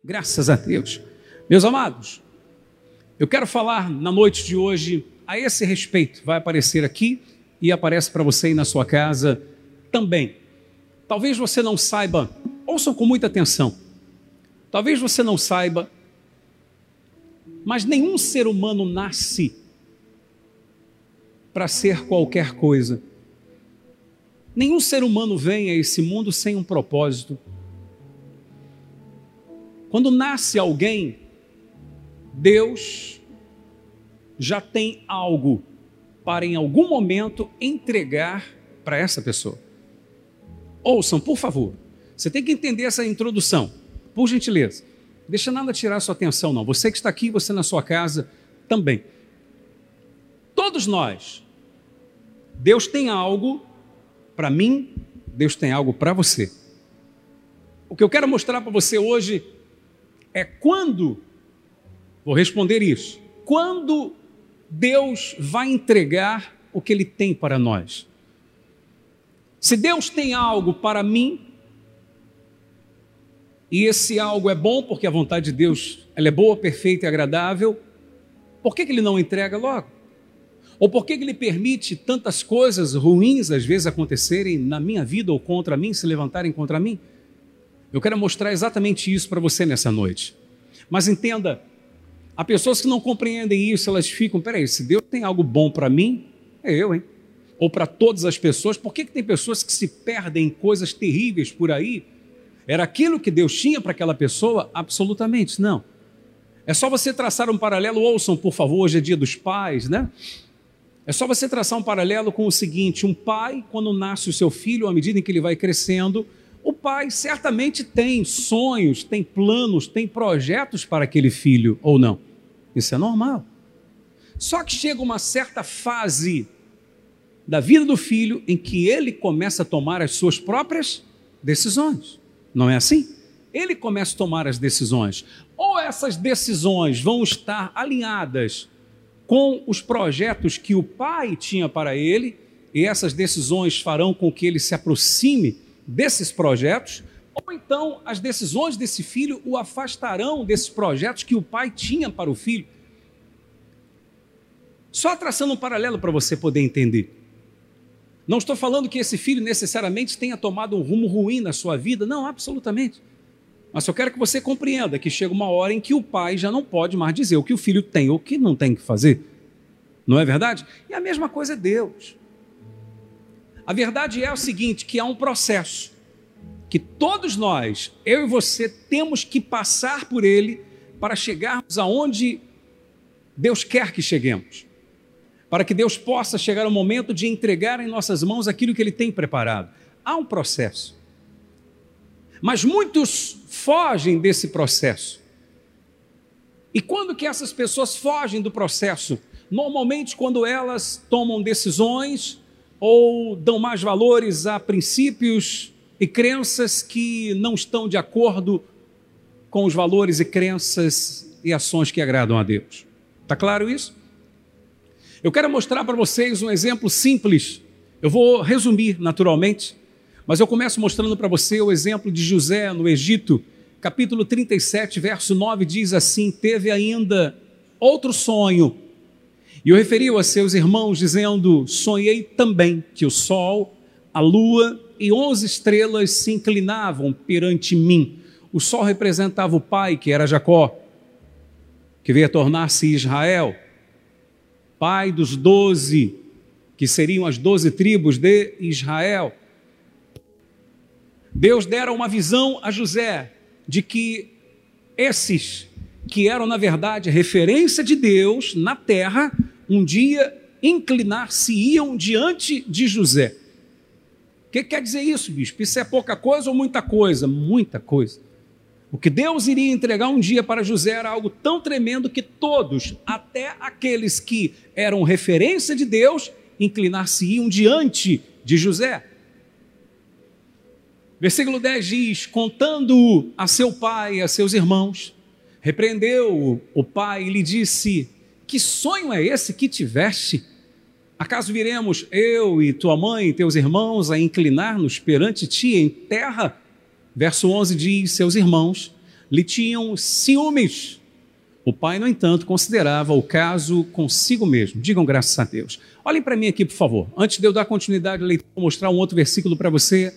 Graças a Deus. Meus amados, eu quero falar na noite de hoje a esse respeito. Vai aparecer aqui e aparece para você aí na sua casa também. Talvez você não saiba, ouçam com muita atenção. Talvez você não saiba, mas nenhum ser humano nasce para ser qualquer coisa. Nenhum ser humano vem a esse mundo sem um propósito. Quando nasce alguém, Deus já tem algo para em algum momento entregar para essa pessoa. Ouçam, por favor. Você tem que entender essa introdução, por gentileza. Deixa nada tirar a sua atenção, não. Você que está aqui, você na sua casa também. Todos nós, Deus tem algo para mim, Deus tem algo para você. O que eu quero mostrar para você hoje é quando, vou responder isso, quando Deus vai entregar o que Ele tem para nós. Se Deus tem algo para mim, e esse algo é bom, porque a vontade de Deus ela é boa, perfeita e agradável, por que Ele não entrega logo? Ou por que Ele permite tantas coisas ruins, às vezes, acontecerem na minha vida ou contra mim, se levantarem contra mim? Eu quero mostrar exatamente isso para você nessa noite. Mas entenda, há pessoas que não compreendem isso, elas ficam, peraí, se Deus tem algo bom para mim, é eu, hein? Ou para todas as pessoas, por que tem pessoas que se perdem em coisas terríveis por aí? Era aquilo que Deus tinha para aquela pessoa? Absolutamente não. É só você traçar um paralelo, ouçam por favor, hoje é dia dos pais, né? É só você traçar um paralelo com o seguinte, um pai, quando nasce o seu filho, à medida em que ele vai crescendo, o pai certamente tem sonhos, tem planos, tem projetos para aquele filho, ou não? Isso é normal. Só que chega uma certa fase da vida do filho em que ele começa a tomar as suas próprias decisões. Não é assim? Ele começa a tomar as decisões. Ou essas decisões vão estar alinhadas com os projetos que o pai tinha para ele, e essas decisões farão com que ele se aproxime desses projetos, ou então as decisões desse filho o afastarão desses projetos que o pai tinha para o filho. Só traçando um paralelo para você poder entender. Não estou falando que esse filho necessariamente tenha tomado um rumo ruim na sua vida, não, absolutamente. Mas eu quero que você compreenda que chega uma hora em que o pai já não pode mais dizer o que o filho tem ou o que não tem que fazer. Não é verdade? E a mesma coisa é Deus. A verdade é o seguinte, que há um processo que todos nós, eu e você, temos que passar por ele para chegarmos aonde Deus quer que cheguemos. Para que Deus possa chegar ao momento de entregar em nossas mãos aquilo que Ele tem preparado. Há um processo. Mas muitos fogem desse processo. E quando que essas pessoas fogem do processo? Normalmente quando elas tomam decisões ou dão mais valores a princípios e crenças que não estão de acordo com os valores e crenças e ações que agradam a Deus. Está claro isso? Eu quero mostrar para vocês um exemplo simples. Eu vou resumir naturalmente, mas eu começo mostrando para você o exemplo de José no Egito. Capítulo 37, verso 9 diz assim, teve ainda outro sonho, e o referiu a seus irmãos, dizendo, sonhei também que o sol, a lua e 11 estrelas se inclinavam perante mim. O sol representava o pai, que era Jacó, que veio a tornar-se Israel, pai dos 12, que seriam as 12 tribos de Israel. Deus dera uma visão a José de que esses que eram, na verdade, referência de Deus na terra, um dia inclinar-se-iam diante de José. O que quer dizer isso, bispo? Isso é pouca coisa ou muita coisa? Muita coisa. O que Deus iria entregar um dia para José era algo tão tremendo que todos, até aqueles que eram referência de Deus, inclinar-se-iam diante de José. Versículo 10 diz, contando a seu pai e a seus irmãos, repreendeu o pai e lhe disse, que sonho é esse que tiveste? Acaso viremos eu e tua mãe e teus irmãos a inclinar-nos perante ti em terra? Verso 11 diz, seus irmãos lhe tinham ciúmes. O pai, no entanto, considerava o caso consigo mesmo. Digam graças a Deus. Olhem para mim aqui, por favor. Antes de eu dar continuidade à leitura, vou mostrar um outro versículo para você.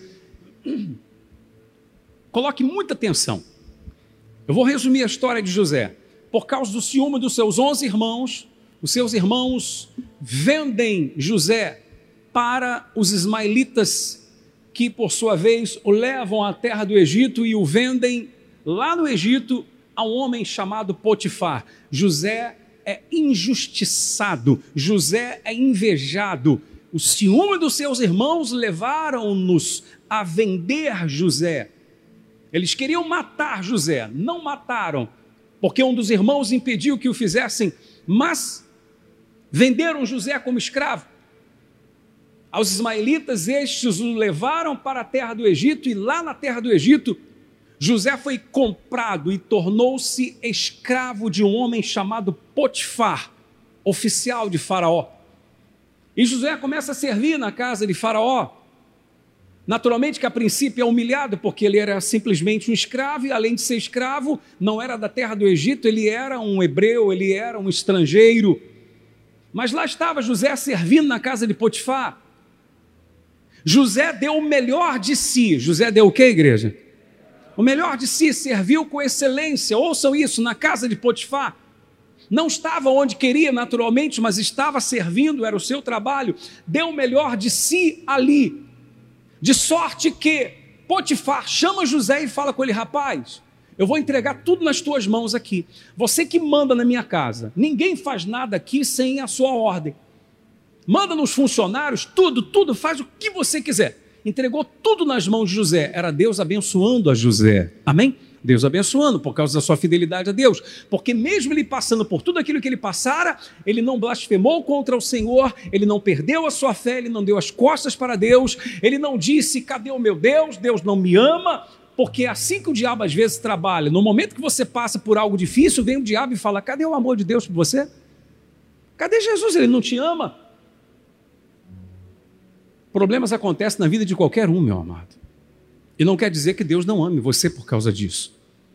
Coloque muita atenção. Eu vou resumir a história de José. Por causa do ciúme dos seus 11 irmãos, os seus irmãos vendem José para os ismaelitas, que por sua vez o levam à terra do Egito e o vendem lá no Egito a um homem chamado Potifar. José é injustiçado, José é invejado. O ciúme dos seus irmãos levaram-nos a vender José. Eles queriam matar José, não mataram, porque um dos irmãos impediu que o fizessem, mas venderam José como escravo. Aos ismaelitas, estes o levaram para a terra do Egito, e lá na terra do Egito, José foi comprado e tornou-se escravo de um homem chamado Potifar, oficial de Faraó. E José começa a servir na casa de Faraó. Naturalmente que a princípio é humilhado, porque ele era simplesmente um escravo, e além de ser escravo, não era da terra do Egito, ele era um hebreu, ele era um estrangeiro. Mas lá estava José servindo na casa de Potifar. José deu o melhor de si. José deu o quê, igreja? O melhor de si, serviu com excelência. Ouçam isso, na casa de Potifar. Não estava onde queria naturalmente, mas estava servindo, era o seu trabalho. Deu o melhor de si ali. De sorte que Potifar chama José e fala com ele: rapaz, eu vou entregar tudo nas tuas mãos aqui. Você que manda na minha casa. Ninguém faz nada aqui sem a sua ordem. Manda nos funcionários, tudo, faz o que você quiser. Entregou tudo nas mãos de José. Era Deus abençoando a José. Amém? Deus abençoando por causa da sua fidelidade a Deus. Porque mesmo ele passando por tudo aquilo que ele passara, ele não blasfemou contra o Senhor, ele não perdeu a sua fé, ele não deu as costas para Deus, ele não disse: cadê o meu Deus? Deus não me ama. Porque é assim que o diabo às vezes trabalha. No momento que você passa por algo difícil, vem o diabo e fala: cadê o amor de Deus por você? Cadê Jesus? Ele não te ama. Problemas acontecem na vida de qualquer um, meu amado. E não quer dizer que Deus não ame você por causa disso.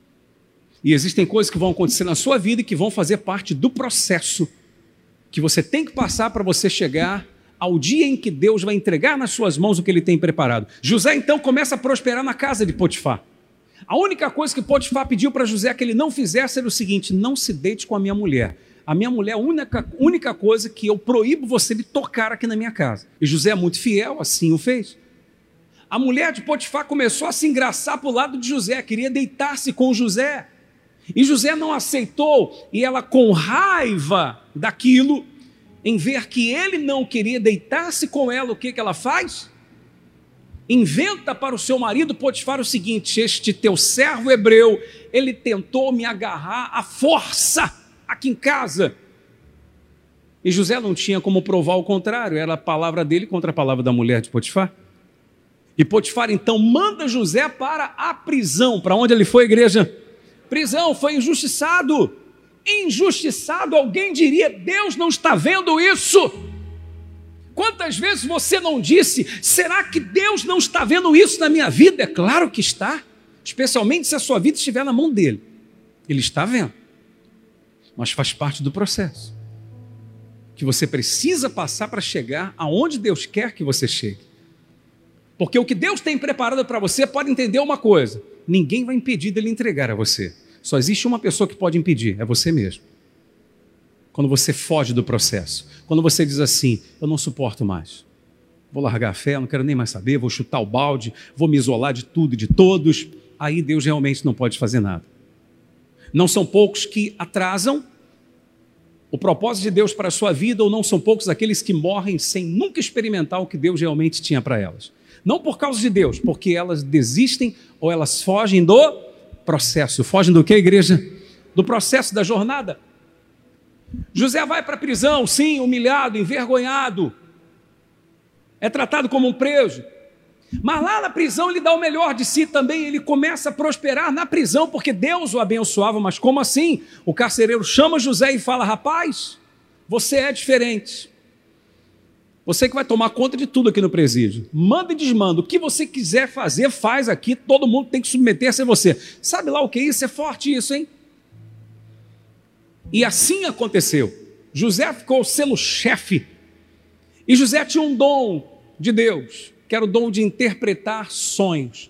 E existem coisas que vão acontecer na sua vida e que vão fazer parte do processo que você tem que passar para você chegar ao dia em que Deus vai entregar nas suas mãos o que ele tem preparado. José então começa a prosperar na casa de Potifar. A única coisa que Potifar pediu para José que ele não fizesse era o seguinte: não se deite com a minha mulher. A minha mulher é a única coisa que eu proíbo você de tocar aqui na minha casa. E José é muito fiel, assim o fez. A mulher de Potifar começou a se engraçar para o lado de José, queria deitar-se com José. E José não aceitou, e ela, com raiva daquilo, em ver que ele não queria deitar-se com ela, o que ela faz? Inventa para o seu marido Potifar o seguinte: este teu servo hebreu, ele tentou me agarrar à força aqui em casa. E José não tinha como provar o contrário, era a palavra dele contra a palavra da mulher de Potifar. E Potifar então manda José para a prisão. Para onde ele foi, igreja? Prisão. Foi injustiçado. Injustiçado, alguém diria: Deus não está vendo isso? Quantas vezes você não disse: será que Deus não está vendo isso na minha vida? É claro que está, especialmente se a sua vida estiver na mão dele. Ele está vendo, mas faz parte do processo que você precisa passar para chegar aonde Deus quer que você chegue. Porque o que Deus tem preparado para você, pode entender uma coisa: ninguém vai impedir dele entregar a você. Só existe uma pessoa que pode impedir, é você mesmo. Quando você foge do processo, quando você diz assim: eu não suporto mais, vou largar a fé, não quero nem mais saber, vou chutar o balde, vou me isolar de tudo e de todos, aí Deus realmente não pode fazer nada. Não são poucos que atrasam o propósito de Deus para a sua vida, ou não são poucos aqueles que morrem sem nunca experimentar o que Deus realmente tinha para elas. Não por causa de Deus, porque elas desistem ou elas fogem do processo. Fogem do que, igreja? Do processo da jornada. José vai para a prisão, sim, humilhado, envergonhado. É tratado como um preso. Mas lá na prisão ele dá o melhor de si também. Ele começa a prosperar na prisão, porque Deus o abençoava. Mas como assim? O carcereiro chama José e fala: rapaz, você é diferente. Você que vai tomar conta de tudo aqui no presídio. Manda e desmanda. O que você quiser fazer, faz aqui. Todo mundo tem que submeter-se a você. Sabe lá o que é isso? É forte isso, hein? E assim aconteceu. José ficou sendo chefe. E José tinha um dom de Deus, que era o dom de interpretar sonhos.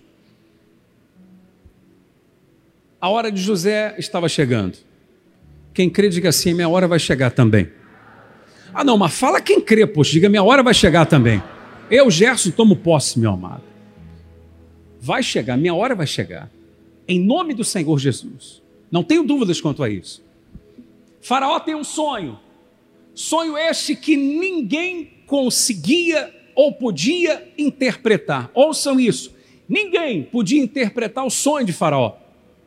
A hora de José estava chegando. Quem crê, diga assim: minha hora vai chegar também. Ah não, mas fala quem crê, poxa, diga: minha hora vai chegar também. Eu, Gerson, tomo posse, meu amado. Vai chegar, minha hora vai chegar. Em nome do Senhor Jesus. Não tenho dúvidas quanto a isso. Faraó tem um sonho. Sonho este que ninguém conseguia ou podia interpretar. Ouçam isso. Ninguém podia interpretar o sonho de Faraó.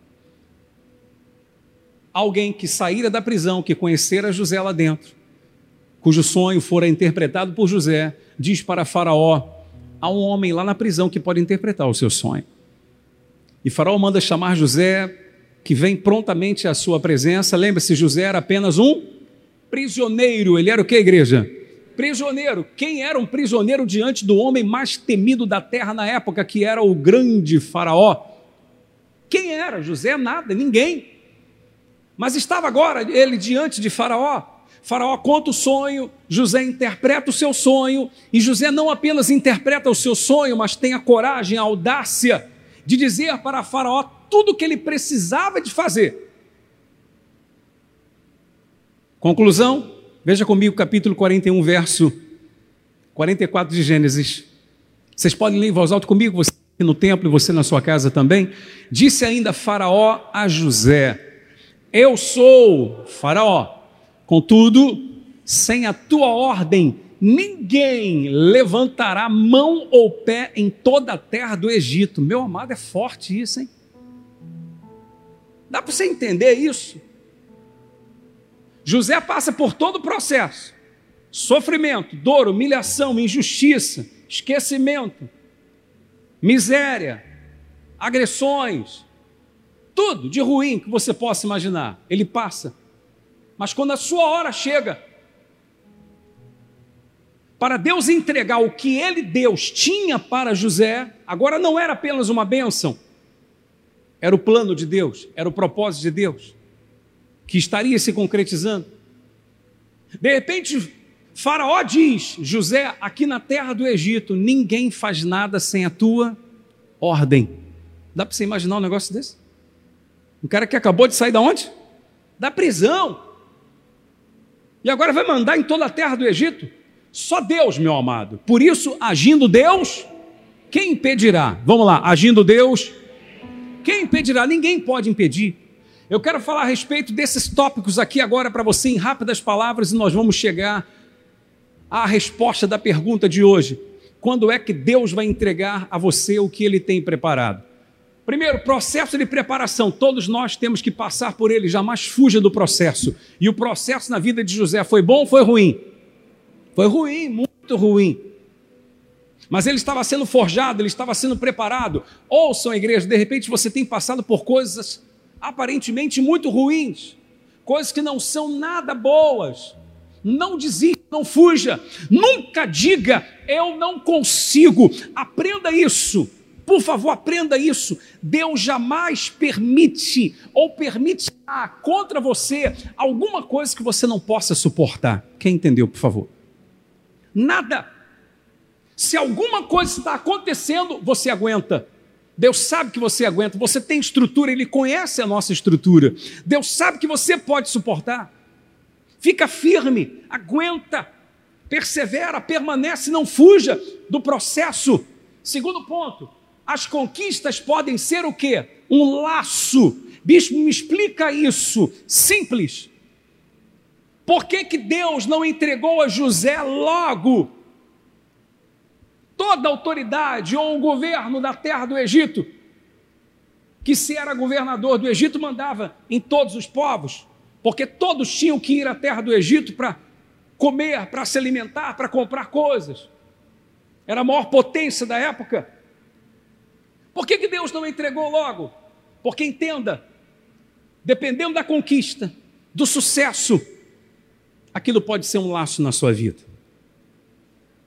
Alguém que saíra da prisão, que conhecera José lá dentro, cujo sonho fora interpretado por José, diz para Faraó: há um homem lá na prisão que pode interpretar o seu sonho. E Faraó manda chamar José, que vem prontamente à sua presença. Lembre-se, José era apenas um prisioneiro. Ele era o que, igreja? Prisioneiro. Quem era um prisioneiro diante do homem mais temido da terra na época, que era o grande Faraó? Quem era? José? Nada, ninguém. Mas estava agora ele diante de Faraó. Faraó conta o sonho, José interpreta o seu sonho, e José não apenas interpreta o seu sonho, mas tem a coragem, a audácia de dizer para Faraó tudo o que ele precisava de fazer. Conclusão, veja comigo capítulo 41, verso 44 de Gênesis. Vocês podem ler em voz alta comigo, você no templo e você na sua casa também. Disse ainda Faraó a José: eu sou Faraó, contudo, sem a tua ordem, ninguém levantará mão ou pé em toda a terra do Egito. Meu amado, é forte isso, hein? Dá para você entender isso? José passa por todo o processo: sofrimento, dor, humilhação, injustiça, esquecimento, miséria, agressões, tudo de ruim que você possa imaginar, ele passa. Mas quando a sua hora chega, para Deus entregar o que Deus tinha para José, agora não era apenas uma bênção, era o plano de Deus, era o propósito de Deus, que estaria se concretizando. De repente, Faraó diz: José, aqui na terra do Egito, ninguém faz nada sem a tua ordem. Dá para você imaginar um negócio desse? Um cara que acabou de sair da onde? Da prisão. E agora vai mandar em toda a terra do Egito? Só Deus, meu amado. Por isso, agindo Deus, quem impedirá? Vamos lá, agindo Deus, quem impedirá? Ninguém pode impedir. Eu quero falar a respeito desses tópicos aqui agora para você em rápidas palavras, e nós vamos chegar à resposta da pergunta de hoje: quando é que Deus vai entregar a você o que Ele tem preparado? Primeiro, processo de preparação. Todos nós temos que passar por ele, jamais fuja do processo. E o processo na vida de José foi bom ou foi ruim? Foi ruim, muito ruim. Mas ele estava sendo forjado, ele estava sendo preparado. Ouçam, igreja, de repente você tem passado por coisas aparentemente muito ruins, coisas que não são nada boas. Não desista, não fuja, nunca diga eu não consigo. Aprenda isso. Por favor, aprenda isso. Deus jamais permite ou permitirá contra você alguma coisa que você não possa suportar. Quem entendeu, por favor? Nada. Se alguma coisa está acontecendo, você aguenta. Deus sabe que você aguenta. Você tem estrutura, Ele conhece a nossa estrutura. Deus sabe que você pode suportar. Fica firme, aguenta, persevera, permanece, não fuja do processo. Segundo ponto: as conquistas podem ser o quê? Um laço. Bispo, me explica isso. Simples. Por que Deus não entregou a José logo toda a autoridade ou o governo da terra do Egito? Que se era governador do Egito, mandava em todos os povos, porque todos tinham que ir à terra do Egito para comer, para se alimentar, para comprar coisas. Era a maior potência da época. Por que Deus não entregou logo? Porque entenda, dependendo da conquista, do sucesso, aquilo pode ser um laço na sua vida.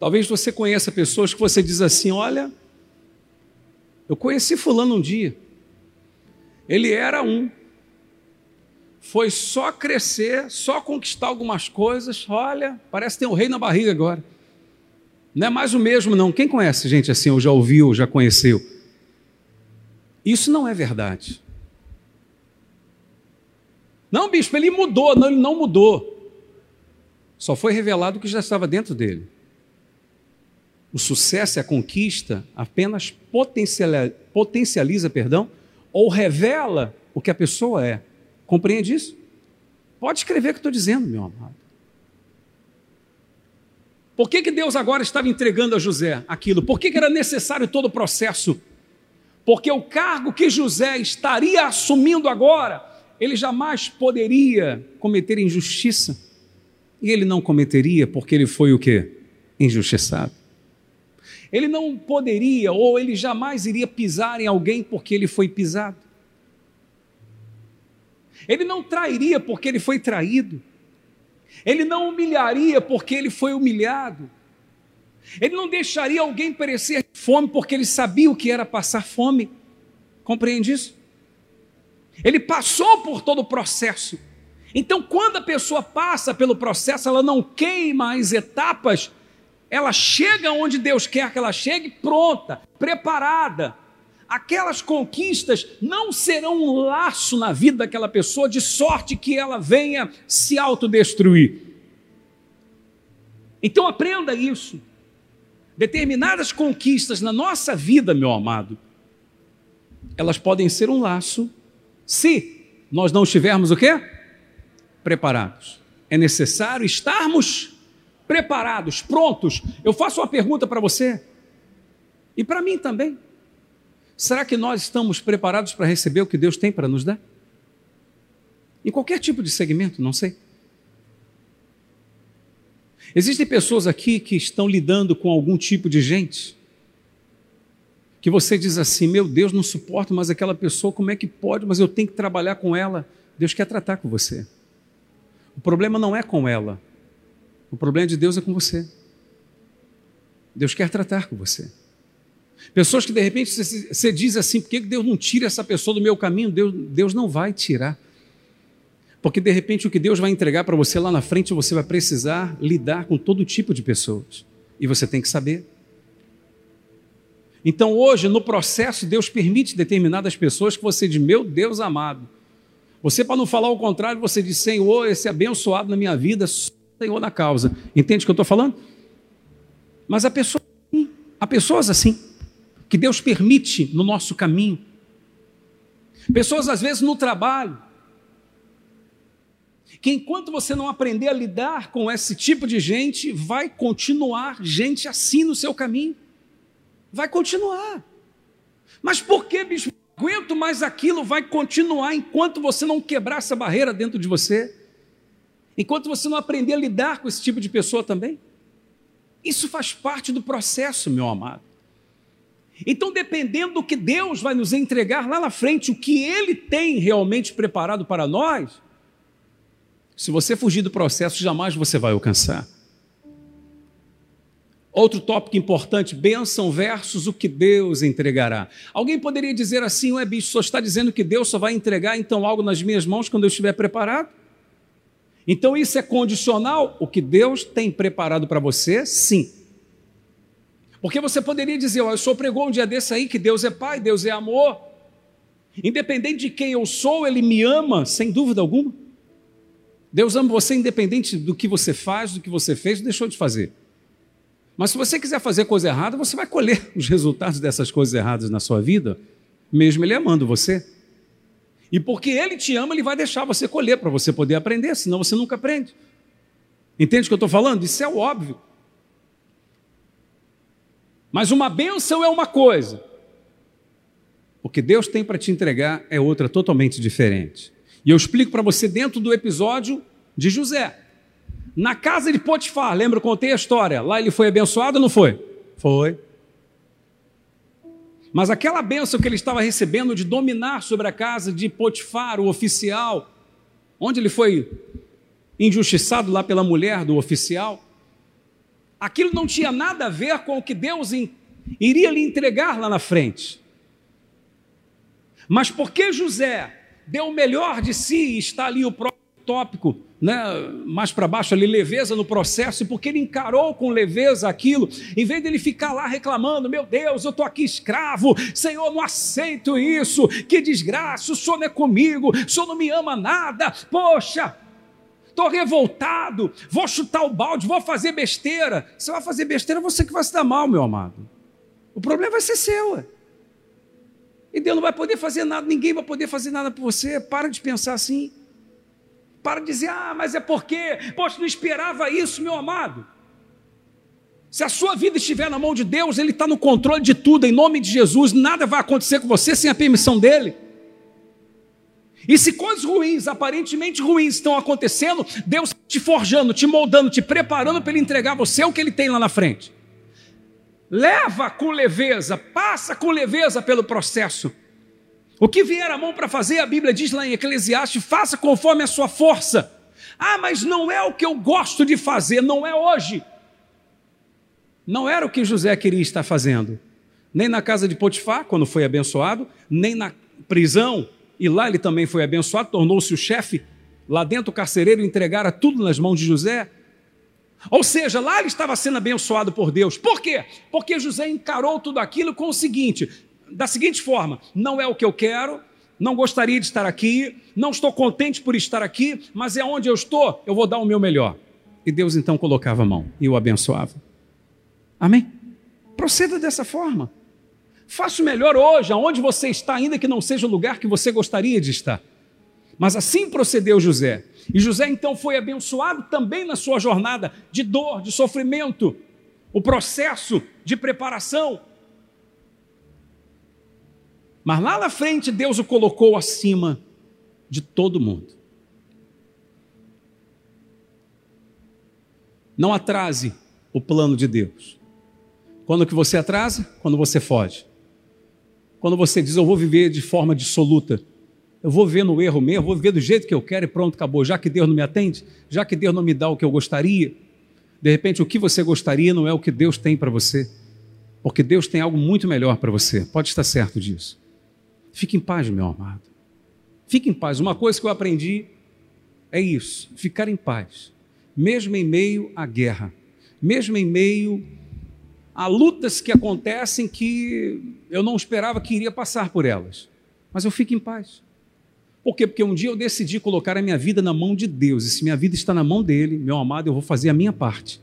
Talvez você conheça pessoas que você diz assim, olha, eu conheci fulano um dia, ele era foi só crescer, só conquistar algumas coisas, olha, parece que tem um rei na barriga agora. Não é mais o mesmo não. Quem conhece gente assim, ou já ouviu, ou já conheceu? Isso não é verdade. Não, bispo, ele mudou. Não, ele não mudou. Só foi revelado o que já estava dentro dele. O sucesso e a conquista apenas potencializa, ou revela o que a pessoa é. Compreende isso? Pode escrever o que eu estou dizendo, meu amado. Por que Deus agora estava entregando a José aquilo? Por que era necessário todo o processo? Porque o cargo que José estaria assumindo agora, ele jamais poderia cometer injustiça. E ele não cometeria porque ele foi o quê? Injustiçado. Ele não poderia, ou ele jamais iria pisar em alguém porque ele foi pisado. Ele não trairia porque ele foi traído. Ele não humilharia porque ele foi humilhado. Ele não deixaria alguém perecer de fome porque ele sabia o que era passar fome. Compreende isso? Ele passou por todo o processo. Então, quando a pessoa passa pelo processo, ela não queima as etapas, ela chega onde Deus quer que ela chegue, pronta, preparada. Aquelas conquistas não serão um laço na vida daquela pessoa, de sorte que ela venha se autodestruir. Então aprenda isso. Determinadas conquistas na nossa vida, meu amado, elas podem ser um laço, se nós não estivermos o quê? Preparados. É necessário estarmos preparados, prontos. Eu faço uma pergunta para você, e para mim também. Será que nós estamos preparados para receber o que Deus tem para nos dar? Em qualquer tipo de segmento, não sei. Existem pessoas aqui que estão lidando com algum tipo de gente que você diz assim, meu Deus, não suporto mais aquela pessoa, como é que pode? Mas eu tenho que trabalhar com ela. Deus quer tratar com você. O problema não é com ela. O problema de Deus é com você. Deus quer tratar com você. Pessoas que de repente você diz assim, por que Deus não tira essa pessoa do meu caminho? Deus não vai tirar. Porque de repente o que Deus vai entregar para você lá na frente, você vai precisar lidar com todo tipo de pessoas. E você tem que saber. Então hoje, no processo, Deus permite determinadas pessoas que você diz, meu Deus amado. Você, para não falar o contrário, você diz, Senhor, esse abençoado na minha vida, Senhor na causa. Entende o que eu estou falando? Mas há pessoas assim, que Deus permite no nosso caminho. Pessoas, às vezes, no trabalho, que enquanto você não aprender a lidar com esse tipo de gente, vai continuar gente assim no seu caminho. Vai continuar. Mas por que, bispo? Não aguento mais aquilo, vai continuar enquanto você não quebrar essa barreira dentro de você. Enquanto você não aprender a lidar com esse tipo de pessoa também. Isso faz parte do processo, meu amado. Então, dependendo do que Deus vai nos entregar lá na frente, o que Ele tem realmente preparado para nós, se você fugir do processo, jamais você vai alcançar. Outro tópico importante, bênção versus o que Deus entregará. Alguém poderia dizer assim, ué, bicho, só está dizendo que Deus só vai entregar então algo nas minhas mãos quando eu estiver preparado? Então isso é condicional? O que Deus tem preparado para você, sim. Porque você poderia dizer, ó, o senhor pregou um dia desse aí que Deus é Pai, Deus é amor. Independente de quem eu sou, Ele me ama, sem dúvida alguma. Deus ama você independente do que você faz, do que você fez ou deixou de fazer. Mas se você quiser fazer coisa errada, você vai colher os resultados dessas coisas erradas na sua vida, mesmo Ele amando você. E porque Ele te ama, Ele vai deixar você colher para você poder aprender, senão você nunca aprende. Entende o que eu estou falando? Isso é o óbvio. Mas uma bênção é uma coisa. O que Deus tem para te entregar é outra totalmente diferente. E eu explico para você dentro do episódio de José. Na casa de Potifar, lembra, eu contei a história. Lá ele foi abençoado ou não foi? Foi. Mas aquela bênção que ele estava recebendo de dominar sobre a casa de Potifar, o oficial, onde ele foi injustiçado lá pela mulher do oficial, Aquilo não tinha nada a ver com o que Deus iria lhe entregar lá na frente. Mas porque José deu o melhor de si, e está ali o próprio tópico, né, mais para baixo ali, leveza no processo, e porque ele encarou com leveza aquilo, em vez dele ficar lá reclamando, meu Deus, eu estou aqui escravo, Senhor, não aceito isso, que desgraça, o Senhor não é comigo, o Senhor não me ama nada, poxa, estou revoltado, vou chutar o balde, vou fazer besteira. Você vai fazer besteira, você que vai se dar mal, meu amado. O problema vai ser seu. E Deus não vai poder fazer nada, ninguém vai poder fazer nada por você. Para de pensar assim. Para de dizer, mas é porque, poxa, não esperava isso, meu amado. Se a sua vida estiver na mão de Deus, Ele está no controle de tudo, em nome de Jesus, nada vai acontecer com você sem a permissão dEle. E se coisas ruins, aparentemente ruins, estão acontecendo, Deus te forjando, te moldando, te preparando para Ele entregar a você o que Ele tem lá na frente. Leva com leveza, passa com leveza pelo processo. O que vier à mão para fazer, a Bíblia diz lá em Eclesiastes, faça conforme a sua força. Mas não é o que eu gosto de fazer, não é hoje. Não era o que José queria estar fazendo. Nem na casa de Potifar, quando foi abençoado, nem na prisão, e lá ele também foi abençoado, tornou-se o chefe. Lá dentro o carcereiro entregara tudo nas mãos de José. Ou seja, lá ele estava sendo abençoado por Deus. Por quê? Porque José encarou tudo aquilo com o seguinte, da seguinte forma, não é o que eu quero, não gostaria de estar aqui, não estou contente por estar aqui, mas é onde eu estou, eu vou dar o meu melhor. E Deus então colocava a mão e o abençoava. Amém? Proceda dessa forma. Faça o melhor hoje, aonde você está, ainda que não seja o lugar que você gostaria de estar. Mas assim procedeu José. E José então foi abençoado também na sua jornada de dor, de sofrimento, o processo de preparação. Mas lá na frente Deus o colocou acima de todo mundo. Não atrase o plano de Deus. Quando que você atrasa? Quando você foge. Quando você diz, eu vou viver de forma dissoluta, eu vou viver no erro mesmo, vou viver do jeito que eu quero e pronto, acabou. Já que Deus não me atende, já que Deus não me dá o que eu gostaria, de repente o que você gostaria não é o que Deus tem para você, porque Deus tem algo muito melhor para você, pode estar certo disso. Fique em paz, meu amado. Fique em paz. Uma coisa que eu aprendi é isso, ficar em paz, mesmo em meio à guerra, mesmo em meio a lutas que acontecem que eu não esperava que iria passar por elas, mas eu fico em paz. Por quê? Porque um dia eu decidi colocar a minha vida na mão de Deus, e se minha vida está na mão dEle, meu amado, eu vou fazer a minha parte.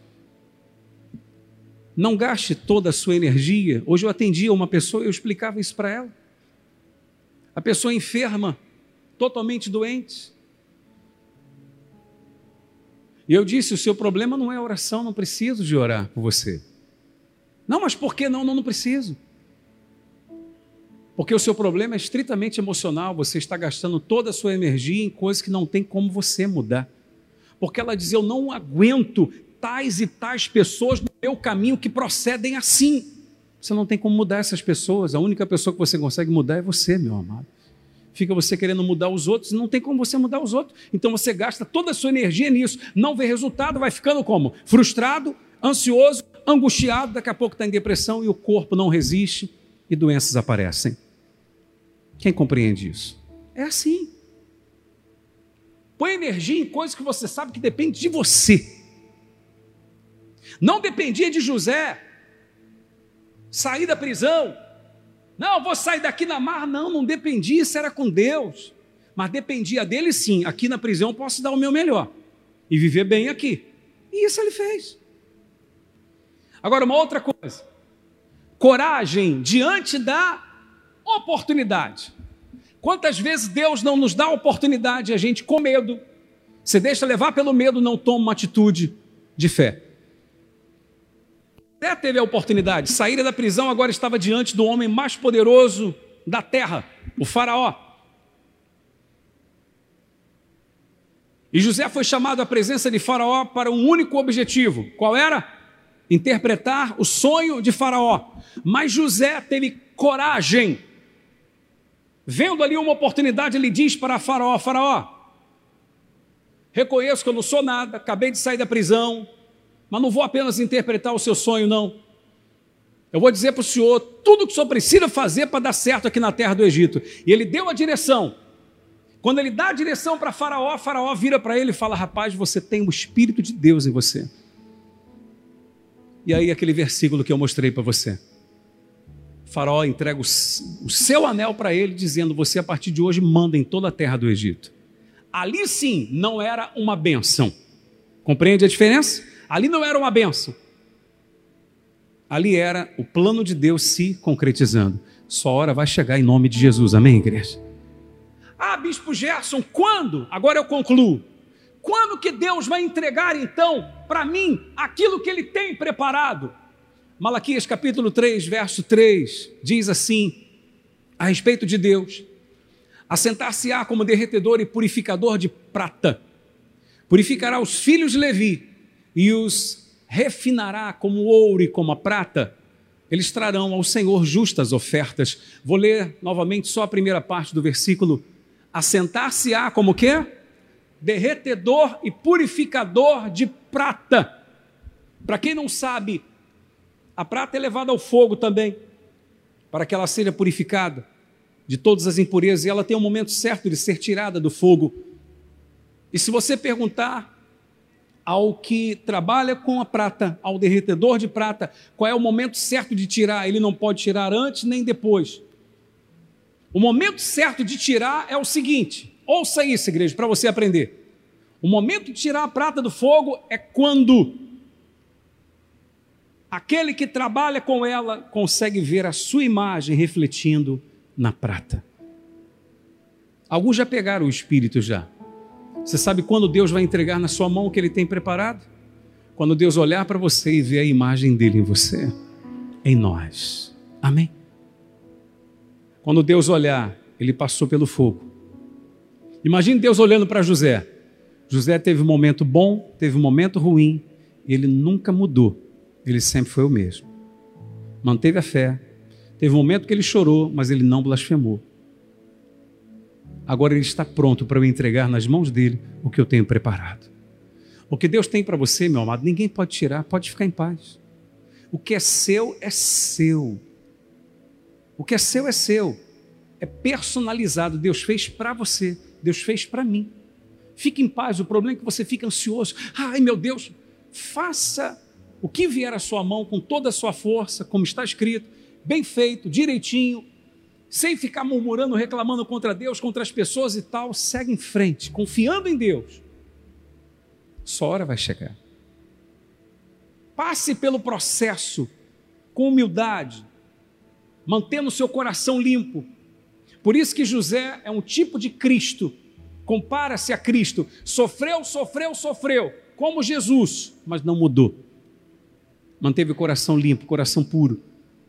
Não gaste toda a sua energia. Hoje eu atendia uma pessoa e eu explicava isso para ela. A pessoa enferma, totalmente doente. E eu disse, o seu problema não é oração, não preciso de orar por você. Não, mas por que não? Não preciso. Porque o seu problema é estritamente emocional, você está gastando toda a sua energia em coisas que não tem como você mudar. Porque ela diz, eu não aguento tais e tais pessoas no meu caminho que procedem assim. Você não tem como mudar essas pessoas, a única pessoa que você consegue mudar é você, meu amado. Fica você querendo mudar os outros, não tem como você mudar os outros. Então você gasta toda a sua energia nisso, não vê resultado, vai ficando como? Frustrado, ansioso, angustiado, daqui a pouco está em depressão e o corpo não resiste e doenças aparecem. Quem compreende isso? É assim. Põe energia em coisas que você sabe que depende de você. Não dependia de José sair da prisão. Não, vou sair daqui na mar. Não dependia, isso era com Deus. Mas dependia dele sim. Aqui na prisão eu posso dar o meu melhor e viver bem aqui. E isso ele fez. Agora, uma outra coisa. Coragem diante da oportunidade. Quantas vezes Deus não nos dá a oportunidade e a gente com medo, se deixa levar pelo medo, não toma uma atitude de fé. Até teve a oportunidade, saíra da prisão, agora estava diante do homem mais poderoso da terra, o faraó. E José foi chamado à presença de faraó para um único objetivo. Qual era? Interpretar o sonho de faraó. Mas José teve coragem. Vendo ali uma oportunidade, ele diz para faraó, faraó, reconheço que eu não sou nada, acabei de sair da prisão, Mas não vou apenas interpretar o seu sonho, não. Eu vou dizer para o senhor tudo o que o senhor precisa fazer para dar certo aqui na terra do Egito. E ele deu a direção. Quando ele dá a direção para Faraó, Faraó vira para ele e fala: rapaz, você tem o Espírito de Deus em você. E aí aquele versículo que eu mostrei para você. Faraó entrega o seu anel para ele, dizendo: você a partir de hoje manda em toda a terra do Egito. Ali sim não era uma bênção. Compreende a diferença? Ali não era uma bênção. Ali era o plano de Deus se concretizando. Sua hora vai chegar em nome de Jesus. Amém, igreja? Ah, Bispo Gerson, quando? Agora eu concluo. Quando que Deus vai entregar então para mim aquilo que Ele tem preparado? Malaquias capítulo 3, verso 3, diz assim, a respeito de Deus: assentar-se-á como derretedor e purificador de prata, purificará os filhos de Levi e os refinará como o ouro e como a prata. Eles trarão ao Senhor justas ofertas. Vou ler novamente só a primeira parte do versículo. Assentar-se-á como o quê? Derretedor e purificador de prata. Para quem não sabe, a prata é levada ao fogo também, para que ela seja purificada de todas as impurezas, e ela tem um momento certo de ser tirada do fogo. E se você perguntar ao que trabalha com a prata, ao derretedor de prata, qual é o momento certo de tirar, ele não pode tirar antes nem depois. O momento certo de tirar é o seguinte: ouça isso, igreja, para você aprender. O momento de tirar a prata do fogo é quando aquele que trabalha com ela consegue ver a sua imagem refletindo na prata. Alguns já pegaram o Espírito já. Você sabe quando Deus vai entregar na sua mão o que Ele tem preparado? Quando Deus olhar para você e ver a imagem dEle em você, em nós. Amém? Quando Deus olhar, Ele passou pelo fogo. Imagine Deus olhando para José. José teve um momento bom, teve um momento ruim, e ele nunca mudou. Ele sempre foi o mesmo. Manteve a fé. Teve um momento que ele chorou, mas ele não blasfemou. Agora ele está pronto para eu entregar nas mãos dele o que eu tenho preparado. O que Deus tem para você, meu amado, ninguém pode tirar, pode ficar em paz. O que é seu é seu. O que é seu é seu. É personalizado. Deus fez para você. Deus fez para mim. Fique em paz. O problema é que você fica ansioso. Ai, meu Deus, faça o que vier à sua mão com toda a sua força, como está escrito, bem feito, direitinho, sem ficar murmurando, reclamando contra Deus, contra as pessoas e tal. Segue em frente, confiando em Deus. Sua hora vai chegar. Passe pelo processo com humildade, mantendo o seu coração limpo. Por isso que José é um tipo de Cristo. Compara-se a Cristo. Sofreu, como Jesus, mas não mudou. Manteve o coração limpo, coração puro.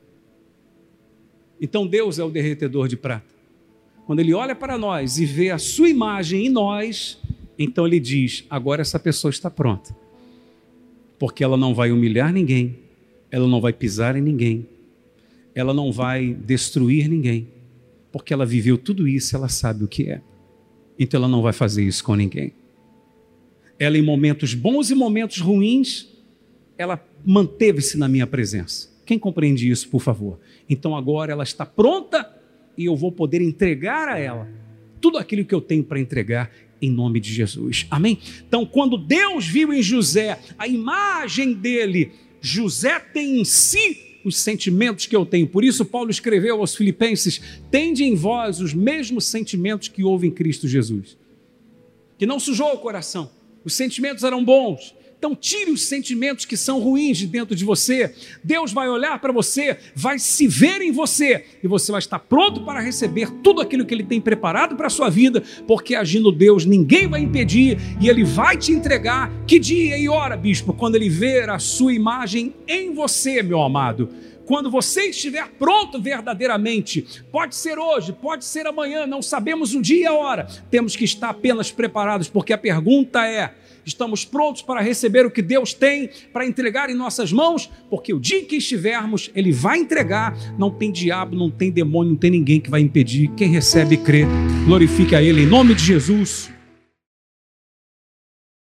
Então Deus é o derretedor de prata. Quando Ele olha para nós e vê a sua imagem em nós, então Ele diz: agora essa pessoa está pronta. Porque ela não vai humilhar ninguém, ela não vai pisar em ninguém, ela não vai destruir ninguém, porque ela viveu tudo isso, ela sabe o que é. Então ela não vai fazer isso com ninguém. Ela, em momentos bons e momentos ruins, ela manteve-se na minha presença. Quem compreende isso, por favor? Então agora ela está pronta e eu vou poder entregar a ela tudo aquilo que eu tenho para entregar em nome de Jesus. Amém? Então, quando Deus viu em José a imagem dele, José tem em si os sentimentos que eu tenho. Por isso Paulo escreveu aos Filipenses: tende em vós os mesmos sentimentos que houve em Cristo Jesus. Que não sujou o coração. Os sentimentos eram bons. Então tire os sentimentos que são ruins de dentro de você. Deus vai olhar para você, vai se ver em você, e você vai estar pronto para receber tudo aquilo que Ele tem preparado para a sua vida, porque agindo Deus, ninguém vai impedir, e Ele vai te entregar. Que dia e hora, bispo? Quando Ele ver a sua imagem em você, meu amado. Quando você estiver pronto verdadeiramente, pode ser hoje, pode ser amanhã, não sabemos o dia e a hora, temos que estar apenas preparados, porque a pergunta é: estamos prontos para receber o que Deus tem para entregar em nossas mãos? Porque o dia em que estivermos, Ele vai entregar. Não tem diabo, não tem demônio, não tem ninguém que vai impedir. Quem recebe e crê, glorifique a Ele em nome de Jesus.